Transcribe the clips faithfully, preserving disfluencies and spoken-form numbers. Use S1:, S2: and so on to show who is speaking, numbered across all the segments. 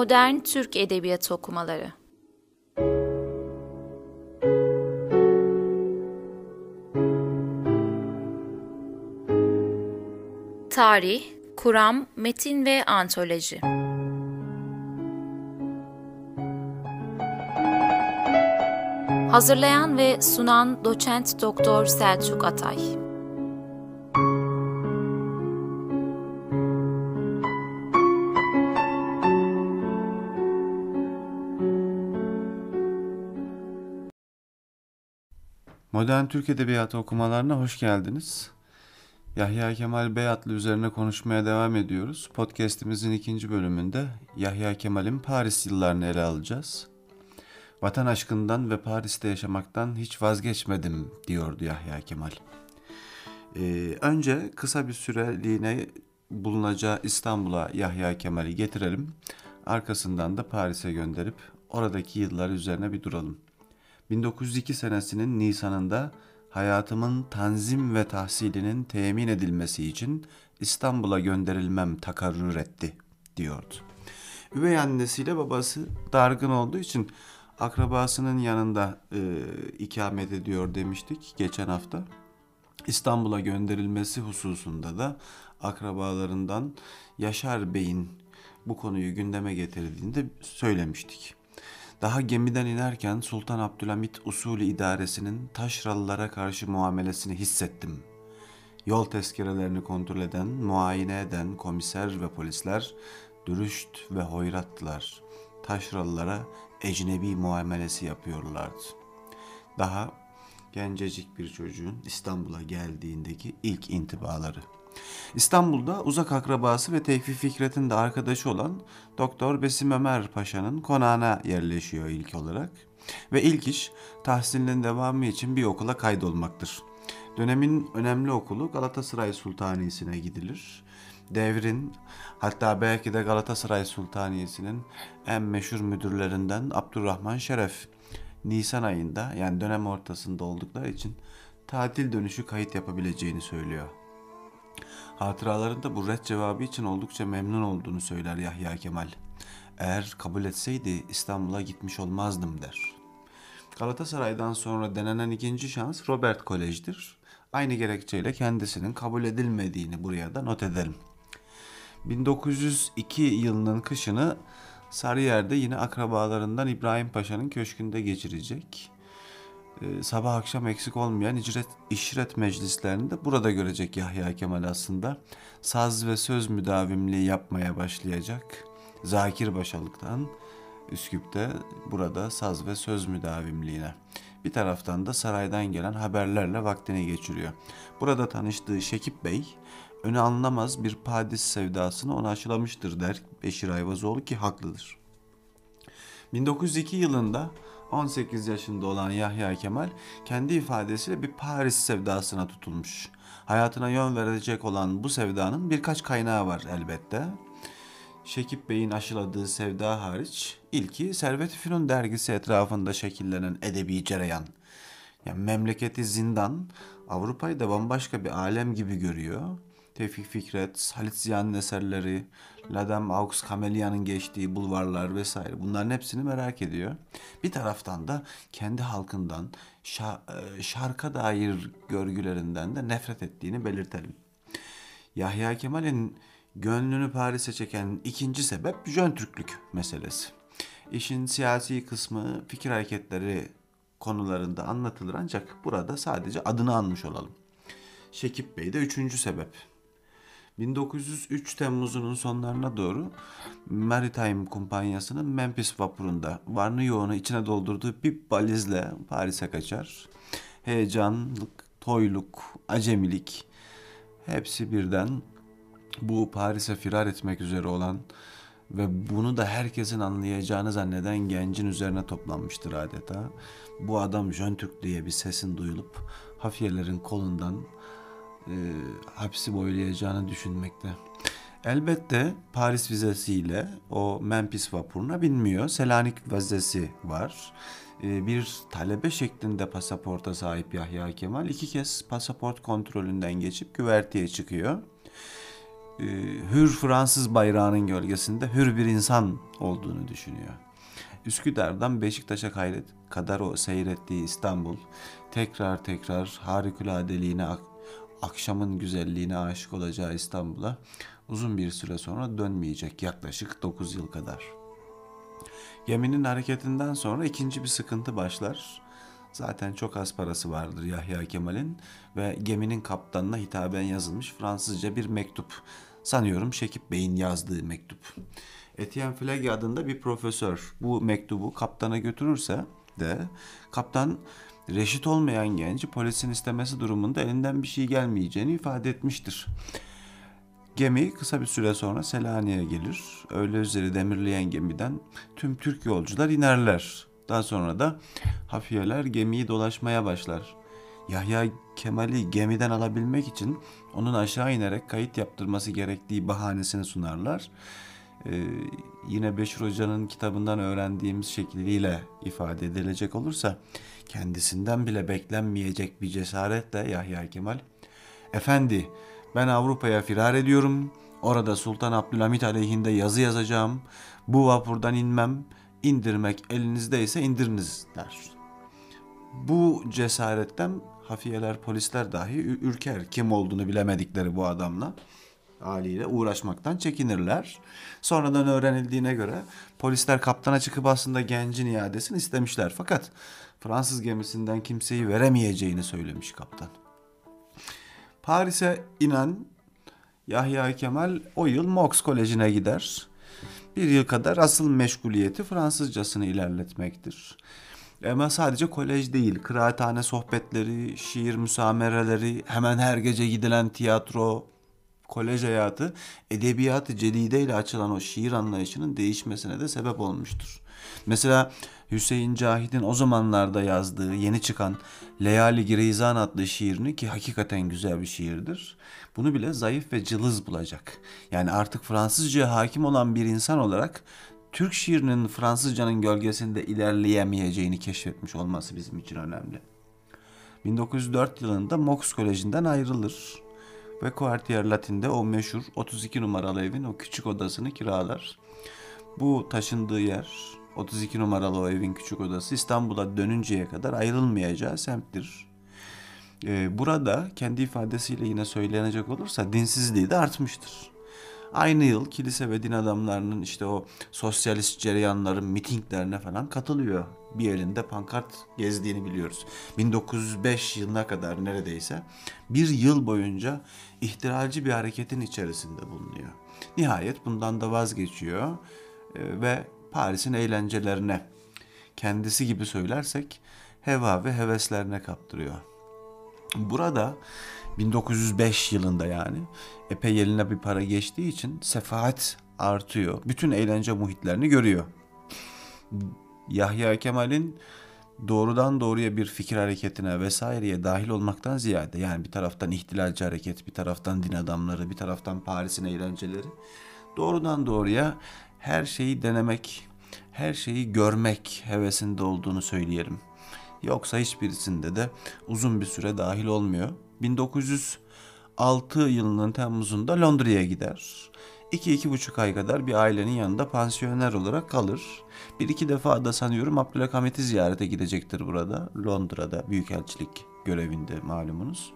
S1: Modern Türk Edebiyatı okumaları. Tarih, kuram, metin ve antoloji. Hazırlayan ve sunan Doçent Doktor Selçuk Atay.
S2: Modern Türk Edebiyatı okumalarına hoş geldiniz. Yahya Kemal Beyatlı üzerine konuşmaya devam ediyoruz. Podcast'imizin ikinci bölümünde Yahya Kemal'in Paris yıllarını ele alacağız. Vatan aşkından ve Paris'te yaşamaktan hiç vazgeçmedim diyordu Yahya Kemal. Ee, önce kısa bir süreliğine bulunacağı İstanbul'a Yahya Kemal'i getirelim. Arkasından da Paris'e gönderip oradaki yıllar üzerine bir duralım. bin dokuz yüz iki senesinin Nisan'ında hayatımın tanzim ve tahsilinin temin edilmesi için İstanbul'a gönderilmem takarrür etti diyordu. Üvey annesiyle babası dargın olduğu için akrabasının yanında e, ikamet ediyor demiştik geçen hafta. İstanbul'a gönderilmesi hususunda da akrabalarından Yaşar Bey'in bu konuyu gündeme getirdiğini de söylemiştik. Daha gemiden inerken Sultan Abdülhamit usulü idaresinin taşralılara karşı muamelesini hissettim. Yol tezkerelerini kontrol eden, muayene eden komiser ve polisler dürüst ve hoyrattılar. Taşralılara ecnebi muamelesi yapıyorlardı. Daha gencecik bir çocuğun İstanbul'a geldiğindeki ilk intibaları. İstanbul'da uzak akrabası ve Tevfik Fikret'in de arkadaşı olan Doktor Besim Ömer Paşa'nın konağına yerleşiyor ilk olarak. Ve ilk iş tahsilinin devamı için bir okula kaydolmaktır. Dönemin önemli okulu Galatasaray Sultaniyesi'ne gidilir. Devrin, hatta belki de Galatasaray Sultaniyesi'nin en meşhur müdürlerinden Abdurrahman Şeref, Nisan ayında, yani dönem ortasında oldukları için tatil dönüşü kayıt yapabileceğini söylüyor. Hatıralarında bu ret cevabı için oldukça memnun olduğunu söyler Yahya Kemal. Eğer kabul etseydi İstanbul'a gitmiş olmazdım der. Galatasaray'dan sonra denenen ikinci şans Robert Kolej'dir. Aynı gerekçeyle kendisinin kabul edilmediğini buraya da not edelim. bin dokuz yüz iki yılının kışını Sarıyer'de yine akrabalarından İbrahim Paşa'nın köşkünde geçirecek. Ee, sabah akşam eksik olmayan icret, işret meclislerini de burada görecek Yahya Kemal aslında. Saz ve söz müdavimliği yapmaya başlayacak. Zakir Başalık'tan Üsküp'te burada saz ve söz müdavimliğine. Bir taraftan da saraydan gelen haberlerle vaktini geçiriyor. Burada tanıştığı Şekip Bey, öne alınamaz bir Paris sevdasını ona aşılamıştır der Beşir Ayvazoğlu, ki haklıdır. bin dokuz yüz iki yılında on sekiz yaşında olan Yahya Kemal kendi ifadesiyle bir Paris sevdasına tutulmuş. Hayatına yön verecek olan bu sevdanın birkaç kaynağı var elbette. Şekip Bey'in aşıladığı sevda hariç ilki Servet-i Fünun dergisi etrafında şekillenen edebi cereyan. Yani memleketi zindan, Avrupa'yı da bambaşka bir alem gibi görüyor. Tevfik Fikret, Halit Ziya'nın eserleri, Ladem Aux Kamelia'nın geçtiği bulvarlar vesaire, bunların hepsini merak ediyor. Bir taraftan da kendi halkından, şarka dair görgülerinden de nefret ettiğini belirtelim. Yahya Kemal'in gönlünü Paris'e çeken ikinci sebep Jön Türklük meselesi. İşin siyasi kısmı fikir hareketleri konularında anlatılır, ancak burada sadece adını anmış olalım. Şekip Bey de üçüncü sebep. bin dokuz yüz üç Temmuz'unun sonlarına doğru Maritime Kumpanyası'nın Memphis vapurunda varını yoğunu içine doldurduğu bir valizle Paris'e kaçar. Heyecanlık, toyluk, acemilik hepsi birden bu Paris'e firar etmek üzere olan ve bunu da herkesin anlayacağını zanneden gencin üzerine toplanmıştır adeta. Bu adam Jön Türk diye bir sesin duyulup hafiyelerin kolundan e, hapsi boylayacağını düşünmekte. Elbette Paris vizesiyle o Memphis vapuruna binmiyor. Selanik vizesi var. E, bir talebe şeklinde pasaporta sahip Yahya Kemal iki kez pasaport kontrolünden geçip güverteye çıkıyor. e, hür Fransız bayrağının gölgesinde hür bir insan olduğunu düşünüyor. Üsküdar'dan Beşiktaş'a kadar o seyrettiği İstanbul, tekrar tekrar harikuladeliğine, akşamın güzelliğine aşık olacağı İstanbul'a uzun bir süre sonra dönmeyecek, yaklaşık dokuz yıl kadar. Geminin hareketinden sonra ikinci bir sıkıntı başlar. Zaten çok az parası vardır Yahya Kemal'in ve geminin kaptanına hitaben yazılmış Fransızca bir mektup. Sanıyorum Şekip Bey'in yazdığı mektup. Etienne Flege adında bir profesör bu mektubu kaptana götürürse de kaptan reşit olmayan genci polisin istemesi durumunda elinden bir şey gelmeyeceğini ifade etmiştir. Gemi kısa bir süre sonra Selanik'e gelir. Öğle üzeri demirleyen gemiden tüm Türk yolcular inerler. Daha sonra da hafiyeler gemiyi dolaşmaya başlar. Yahya Kemal'i gemiden alabilmek için onun aşağı inerek kayıt yaptırması gerektiği bahanesini sunarlar. Ee, yine Beşir Hoca'nın kitabından öğrendiğimiz şekliyle ifade edilecek olursa kendisinden bile beklenmeyecek bir cesaretle Yahya Kemal, "Efendi, ben Avrupa'ya firar ediyorum. Orada Sultan Abdülhamit aleyhinde yazı yazacağım. Bu vapurdan inmem. İndirmek elinizdeyse indiriniz" der. Bu cesaretten hafiyeler, polisler dahi ürker. Kim olduğunu bilemedikleri bu adamla haliyle uğraşmaktan çekinirler. Sonradan öğrenildiğine göre polisler kaptana çıkıp aslında gencin iadesini istemişler. Fakat Fransız gemisinden kimseyi veremeyeceğini söylemiş kaptan. Paris'e inen Yahya Kemal o yıl Mox Koleji'ne gider. Bir yıl kadar asıl meşguliyeti Fransızcasını ilerletmektir. Ama sadece kolej değil, kıraathane sohbetleri, şiir müsamereleri, hemen her gece gidilen tiyatro, kolej hayatı, edebiyat-ı cedide ile açılan o şiir anlayışının değişmesine de sebep olmuştur. Mesela Hüseyin Cahit'in o zamanlarda yazdığı yeni çıkan Leyali Girizan adlı şiirini, ki hakikaten güzel bir şiirdir, bunu bile zayıf ve cılız bulacak. Yani artık Fransızca'ya hakim olan bir insan olarak Türk şiirinin Fransızcanın gölgesinde ilerleyemeyeceğini keşfetmiş olması bizim için önemli. bin dokuz yüz dört yılında Mox Koleji'nden ayrılır ve Quartier Latin'de o meşhur otuz iki numaralı evin o küçük odasını kiralar. Bu taşındığı yer, otuz iki numaralı o evin küçük odası, İstanbul'a dönünceye kadar ayrılmayacağı semttir. Ee, burada kendi ifadesiyle yine söylenecek olursa dinsizliği de artmıştır. Aynı yıl kilise ve din adamlarının işte o sosyalist cereyanların mitinglerine falan katılıyor. Bir elinde pankart gezdiğini biliyoruz. bin dokuz yüz beş yılına kadar neredeyse bir yıl boyunca ihtiralci bir hareketin içerisinde bulunuyor. Nihayet bundan da vazgeçiyor ve Paris'in eğlencelerine, kendisi gibi söylersek heva ve heveslerine kaptırıyor. Burada bin dokuz yüz beş yılında yani epey eline bir para geçtiği için sefahat artıyor. Bütün eğlence muhitlerini görüyor. Yahya Kemal'in doğrudan doğruya bir fikir hareketine vesaireye dahil olmaktan ziyade, yani bir taraftan ihtilalci hareket, bir taraftan din adamları, bir taraftan Paris'in eğlenceleri, doğrudan doğruya her şeyi denemek, her şeyi görmek hevesinde olduğunu söyleyelim. Yoksa hiçbirisinde de uzun bir süre dahil olmuyor. bin dokuz yüz altı yılının Temmuz'unda Londra'ya gider. iki iki buçuk ay kadar bir ailenin yanında pansiyoner olarak kalır. Bir iki defa da sanıyorum Abdülhamit'i ziyarete gidecektir burada. Londra'da büyükelçilik görevinde malumunuz.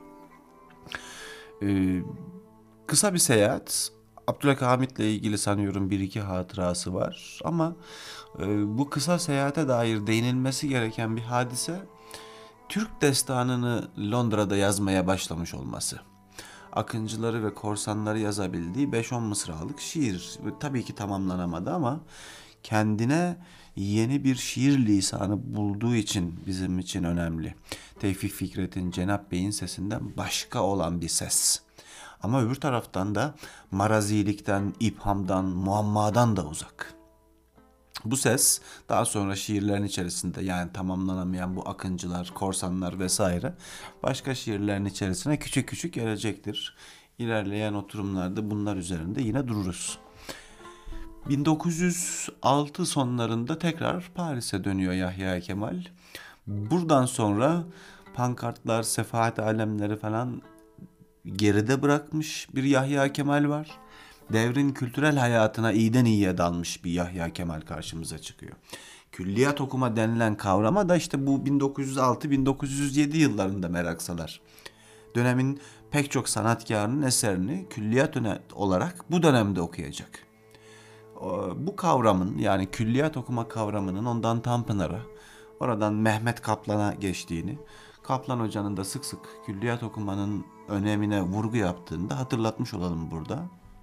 S2: Ee, kısa bir seyahat. Abdülhamit'le ilgili sanıyorum bir iki hatırası var. Ama e, bu kısa seyahate dair değinilmesi gereken bir hadise, Türk destanını Londra'da yazmaya başlamış olması. Akıncıları ve korsanları yazabildiği beş on mısralık şiir. Tabii ki tamamlanamadı ama kendine yeni bir şiir lisanı bulduğu için bizim için önemli. Tevfik Fikret'in, Cenap Bey'in sesinden başka olan bir ses. Ama öbür taraftan da marazilikten, iphamdan, muammadan da uzak. Bu ses daha sonra şiirlerin içerisinde, yani tamamlanamayan bu akıncılar, korsanlar vesaire başka şiirlerin içerisine küçük küçük gelecektir. İlerleyen oturumlarda bunlar üzerinde yine dururuz. bin dokuz yüz altı sonlarında tekrar Paris'e dönüyor Yahya Kemal. Buradan sonra pankartlar, sefahat alemleri falan geride bırakmış bir Yahya Kemal var. Devrin kültürel hayatına iyiden iyiye dalmış bir Yahya Kemal karşımıza çıkıyor. Külliyat okuma denilen kavrama da işte bu bin dokuz yüz altı bin dokuz yüz yedi yıllarında merak salar. Dönemin pek çok sanatkarının eserini külliyat olarak bu dönemde okuyacak. Bu kavramın, yani külliyat okuma kavramının ondan Tanpınar'a, oradan Mehmet Kaplan'a geçtiğini, Kaplan Hoca'nın da sık sık külliyat okumanın önemine vurgu yaptığını da hatırlatmış olalım burada.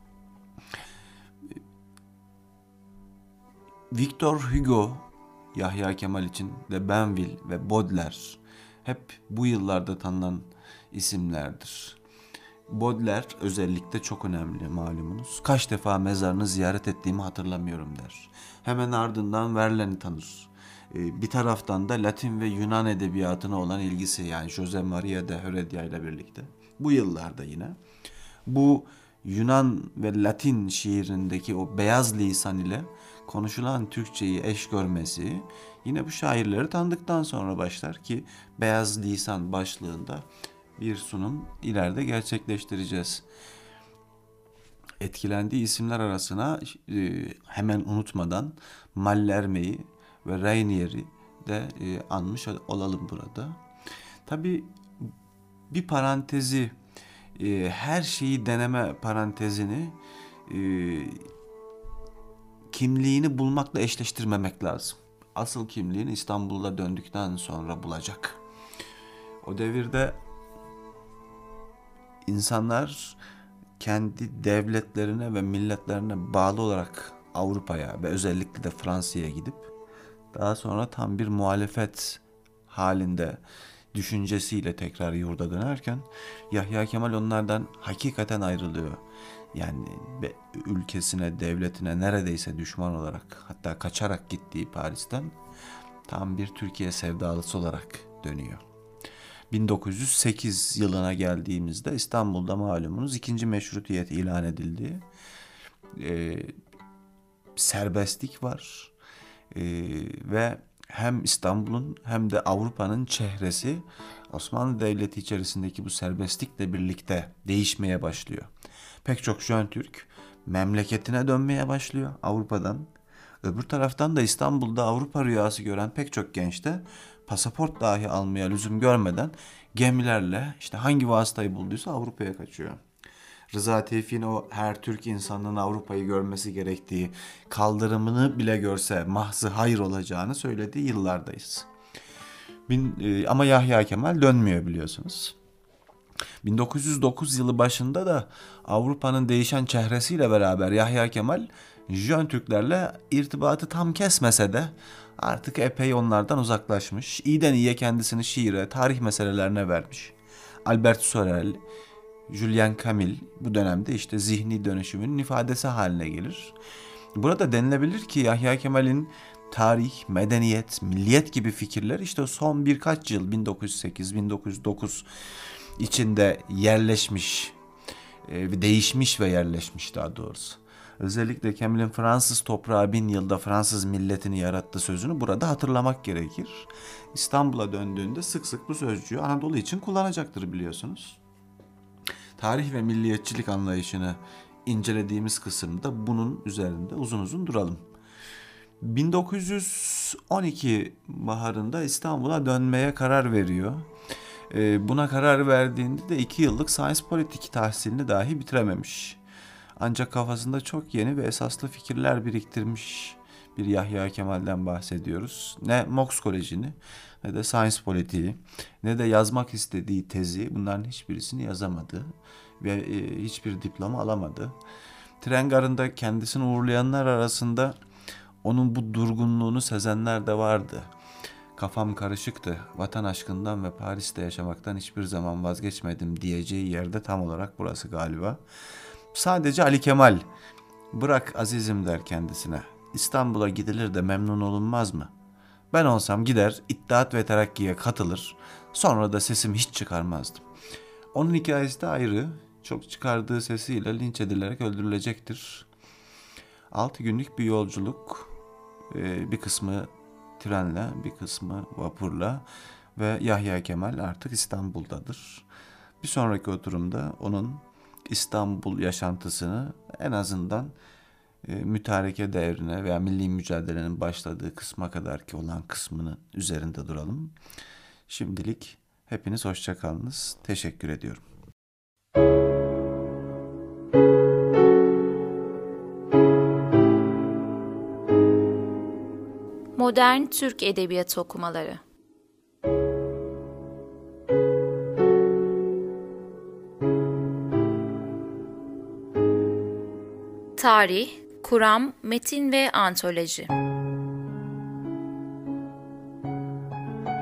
S2: Victor Hugo, Yahya Kemal için de Benville ve Baudelaire hep bu yıllarda tanınan isimlerdir. Baudelaire özellikle çok önemli malumunuz. Kaç defa mezarını ziyaret ettiğimi hatırlamıyorum der. Hemen ardından Verlaine'i tanır. Bir taraftan da Latin ve Yunan edebiyatına olan ilgisi, yani Jose Maria de Heredia ile birlikte. Bu yıllarda yine bu Yunan ve Latin şiirindeki o beyaz lisan ile konuşulan Türkçeyi eş görmesi yine bu şairleri tanıdıktan sonra başlar ki beyaz lisan başlığında bir sunum ileride gerçekleştireceğiz. Etkilendiği isimler arasına e, hemen unutmadan Mallarmé'yi ve Rainier'i de e, anmış olalım burada. Tabii bir parantezi, e, her şeyi deneme parantezini e, kimliğini bulmakla eşleştirmemek lazım. Asıl kimliğini İstanbul'a döndükten sonra bulacak. O devirde İnsanlar kendi devletlerine ve milletlerine bağlı olarak Avrupa'ya ve özellikle de Fransa'ya gidip daha sonra tam bir muhalefet halinde düşüncesiyle tekrar yurda dönerken Yahya Kemal onlardan hakikaten ayrılıyor. Yani ülkesine, devletine neredeyse düşman olarak, hatta kaçarak gittiği Paris'ten tam bir Türkiye sevdalısı olarak dönüyor. bin dokuz yüz sekiz yılına geldiğimizde İstanbul'da malumunuz ikinci meşrutiyet ilan edildi. Ee, serbestlik var. Ee, ve hem İstanbul'un hem de Avrupa'nın çehresi Osmanlı Devleti içerisindeki bu serbestlikle birlikte değişmeye başlıyor. Pek çok Jön Türk memleketine dönmeye başlıyor Avrupa'dan. Öbür taraftan da İstanbul'da Avrupa rüyası gören pek çok genç de pasaport dahi almaya lüzum görmeden gemilerle işte hangi vasıtayı bulduysa Avrupa'ya kaçıyor. Rıza Tevfik'in o her Türk insanının Avrupa'yı görmesi gerektiği, kaldırımını bile görse mahzı hayır olacağını söylediği yıllardayız. Bin, e, ama Yahya Kemal dönmüyor biliyorsunuz. bin dokuz yüz dokuz yılı başında da Avrupa'nın değişen çehresiyle beraber Yahya Kemal Jön Türklerle irtibatı tam kesmese de artık epey onlardan uzaklaşmış. İyiden iyiye kendisini şiire, tarih meselelerine vermiş. Albert Sorel, Julien Camille bu dönemde işte zihni dönüşümün ifadesi haline gelir. Burada denilebilir ki Yahya Kemal'in tarih, medeniyet, milliyet gibi fikirler işte son birkaç yıl bin dokuz yüz sekiz bin dokuz yüz dokuz içinde yerleşmiş, e, değişmiş ve yerleşmiş daha doğrusu. Özellikle Camille'in Fransız toprağı bin yılda Fransız milletini yarattı sözünü burada hatırlamak gerekir. İstanbul'a döndüğünde sık sık bu sözcüğü Anadolu için kullanacaktır biliyorsunuz. Tarih ve milliyetçilik anlayışını incelediğimiz kısımda bunun üzerinde uzun uzun duralım. bin dokuz yüz on iki baharında İstanbul'a dönmeye karar veriyor. Buna karar verdiğinde de iki yıllık science politik tahsilini dahi bitirememiş. Ancak kafasında çok yeni ve esaslı fikirler biriktirmiş bir Yahya Kemal'den bahsediyoruz. Ne Mox Koleji'ni ne de Science Politiği ne de yazmak istediği tezi, bunların hiçbirisini yazamadı ve e, hiçbir diploma alamadı. Tren garında kendisini uğurlayanlar arasında onun bu durgunluğunu sezenler de vardı. Kafam karışıktı, vatan aşkından ve Paris'te yaşamaktan hiçbir zaman vazgeçmedim diyeceği yerde tam olarak burası galiba. Sadece Ali Kemal, bırak azizim der kendisine, İstanbul'a gidilir de memnun olunmaz mı? Ben olsam gider İttihat ve Terakki'ye katılır, sonra da sesimi hiç çıkarmazdım. Onun hikayesi de ayrı, çok çıkardığı sesiyle linç edilerek öldürülecektir. Altı günlük bir yolculuk, bir kısmı trenle, bir kısmı vapurla ve Yahya Kemal artık İstanbul'dadır. Bir sonraki oturumda onun İstanbul yaşantısını en azından e, mütareke devrine veya milli mücadelenin başladığı kısma kadar ki olan kısmını üzerinde duralım. Şimdilik hepiniz hoşça kalınız. Teşekkür ediyorum.
S1: Modern Türk Edebiyatı okumaları. Tarih, kuram, metin ve antoloji.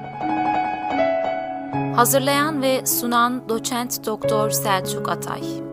S1: Hazırlayan ve sunan Doçent Doktor Selçuk Atay.